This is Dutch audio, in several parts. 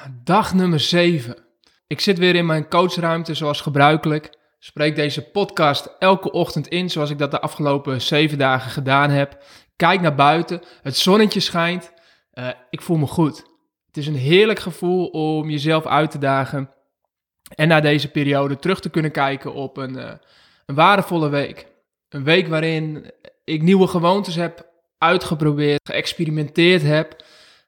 Dag nummer 7. Ik zit weer in mijn coachruimte zoals gebruikelijk. Spreek deze podcast elke ochtend in zoals ik dat de afgelopen 7 dagen gedaan heb. Kijk naar buiten, het zonnetje schijnt. Ik voel me goed. Het is een heerlijk gevoel om jezelf uit te dagen. En na deze periode terug te kunnen kijken op een waardevolle week. Een week waarin ik nieuwe gewoontes heb uitgeprobeerd, geëxperimenteerd heb.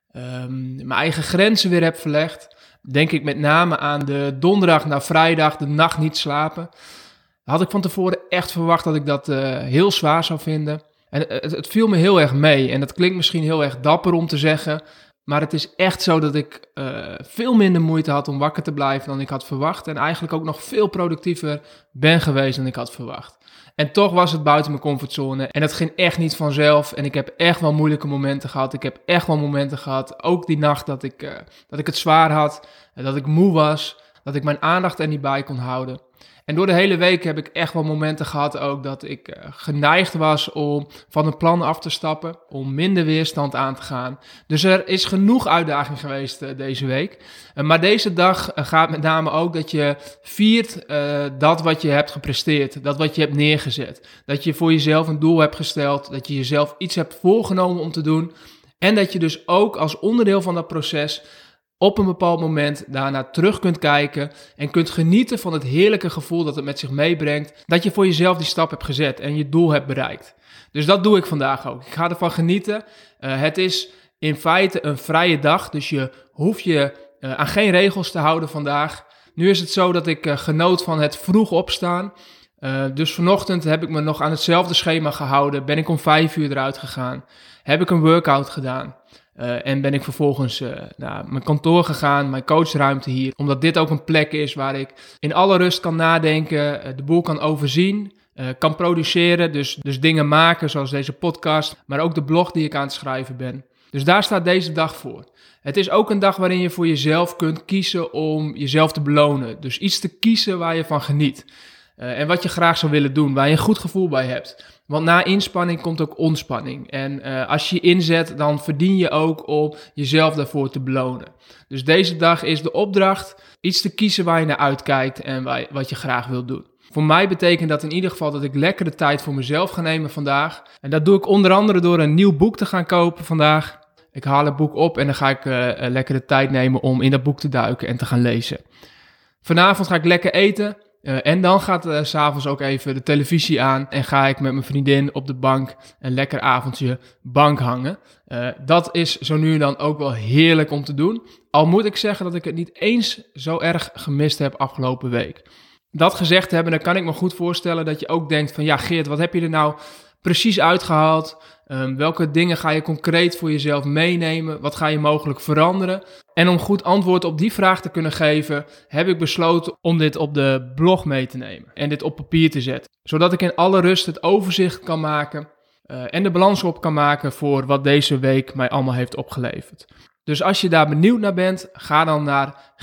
Mijn eigen grenzen weer heb verlegd. Denk ik met name aan de donderdag naar vrijdag, de nacht niet slapen. Had ik van tevoren echt verwacht dat ik dat heel zwaar zou vinden. En het viel me heel erg mee. En dat klinkt misschien heel erg dapper om te zeggen. Maar het is echt zo dat ik veel minder moeite had om wakker te blijven dan ik had verwacht. En eigenlijk ook nog veel productiever ben geweest dan ik had verwacht. En toch was het buiten mijn comfortzone. En dat ging echt niet vanzelf. En ik heb echt wel moeilijke momenten gehad. Ik heb echt wel momenten gehad, ook die nacht dat ik het zwaar had. Dat ik moe was. Dat ik mijn aandacht er niet bij kon houden. En door de hele week heb ik echt wel momenten gehad ook dat ik geneigd was om van een plan af te stappen. Om minder weerstand aan te gaan. Dus er is genoeg uitdaging geweest deze week. Maar deze dag gaat met name ook dat je viert dat wat je hebt gepresteerd. Dat wat je hebt neergezet. Dat je voor jezelf een doel hebt gesteld. Dat je jezelf iets hebt voorgenomen om te doen. En dat je dus ook als onderdeel van dat proces op een bepaald moment daarna terug kunt kijken en kunt genieten van het heerlijke gevoel dat het met zich meebrengt, dat je voor jezelf die stap hebt gezet en je doel hebt bereikt. Dus dat doe ik vandaag ook. Ik ga ervan genieten. Het is in feite een vrije dag, dus je hoeft je aan geen regels te houden vandaag. Nu is het zo dat ik genoot van het vroeg opstaan. Dus vanochtend heb ik me nog aan hetzelfde schema gehouden, ben ik om 5 uur eruit gegaan, heb ik een workout gedaan. En ben ik vervolgens naar mijn kantoor gegaan, mijn coachruimte hier. Omdat dit ook een plek is waar ik in alle rust kan nadenken, de boel kan overzien, kan produceren. Dus dingen maken zoals deze podcast, maar ook de blog die ik aan het schrijven ben. Dus daar staat deze dag voor. Het is ook een dag waarin je voor jezelf kunt kiezen om jezelf te belonen. Dus iets te kiezen waar je van geniet. En wat je graag zou willen doen, waar je een goed gevoel bij hebt. Want na inspanning komt ook ontspanning. En als je je inzet, dan verdien je ook om jezelf daarvoor te belonen. Dus deze dag is de opdracht iets te kiezen waar je naar uitkijkt en wat je graag wilt doen. Voor mij betekent dat in ieder geval dat ik lekker de tijd voor mezelf ga nemen vandaag. En dat doe ik onder andere door een nieuw boek te gaan kopen vandaag. Ik haal het boek op en dan ga ik lekker de tijd nemen om in dat boek te duiken en te gaan lezen. Vanavond ga ik lekker eten. En dan gaat 's avonds ook even de televisie aan en ga ik met mijn vriendin op de bank een lekker avondje bank hangen. Dat is zo nu en dan ook wel heerlijk om te doen. Al moet ik zeggen dat ik het niet eens zo erg gemist heb afgelopen week. Dat gezegd hebben, dan kan ik me goed voorstellen dat je ook denkt van ja Geert, wat heb je er nou precies uitgehaald? Welke dingen ga je concreet voor jezelf meenemen? Wat ga je mogelijk veranderen? En om goed antwoord op die vraag te kunnen geven, heb ik besloten om dit op de blog mee te nemen en dit op papier te zetten. Zodat ik in alle rust het overzicht kan maken en de balans op kan maken voor wat deze week mij allemaal heeft opgeleverd. Dus als je daar benieuwd naar bent, ga dan naar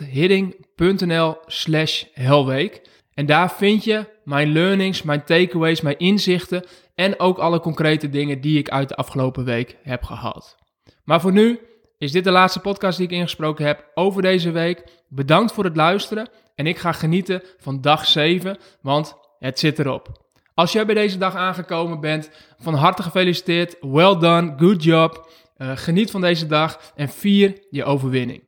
geerthiddink.nl/helweek. En daar vind je mijn learnings, mijn takeaways, mijn inzichten en ook alle concrete dingen die ik uit de afgelopen week heb gehad. Maar voor nu is dit de laatste podcast die ik ingesproken heb over deze week. Bedankt voor het luisteren en ik ga genieten van dag 7, want het zit erop. Als jij bij deze dag aangekomen bent, van harte gefeliciteerd, well done, good job. Geniet van deze dag en vier je overwinning.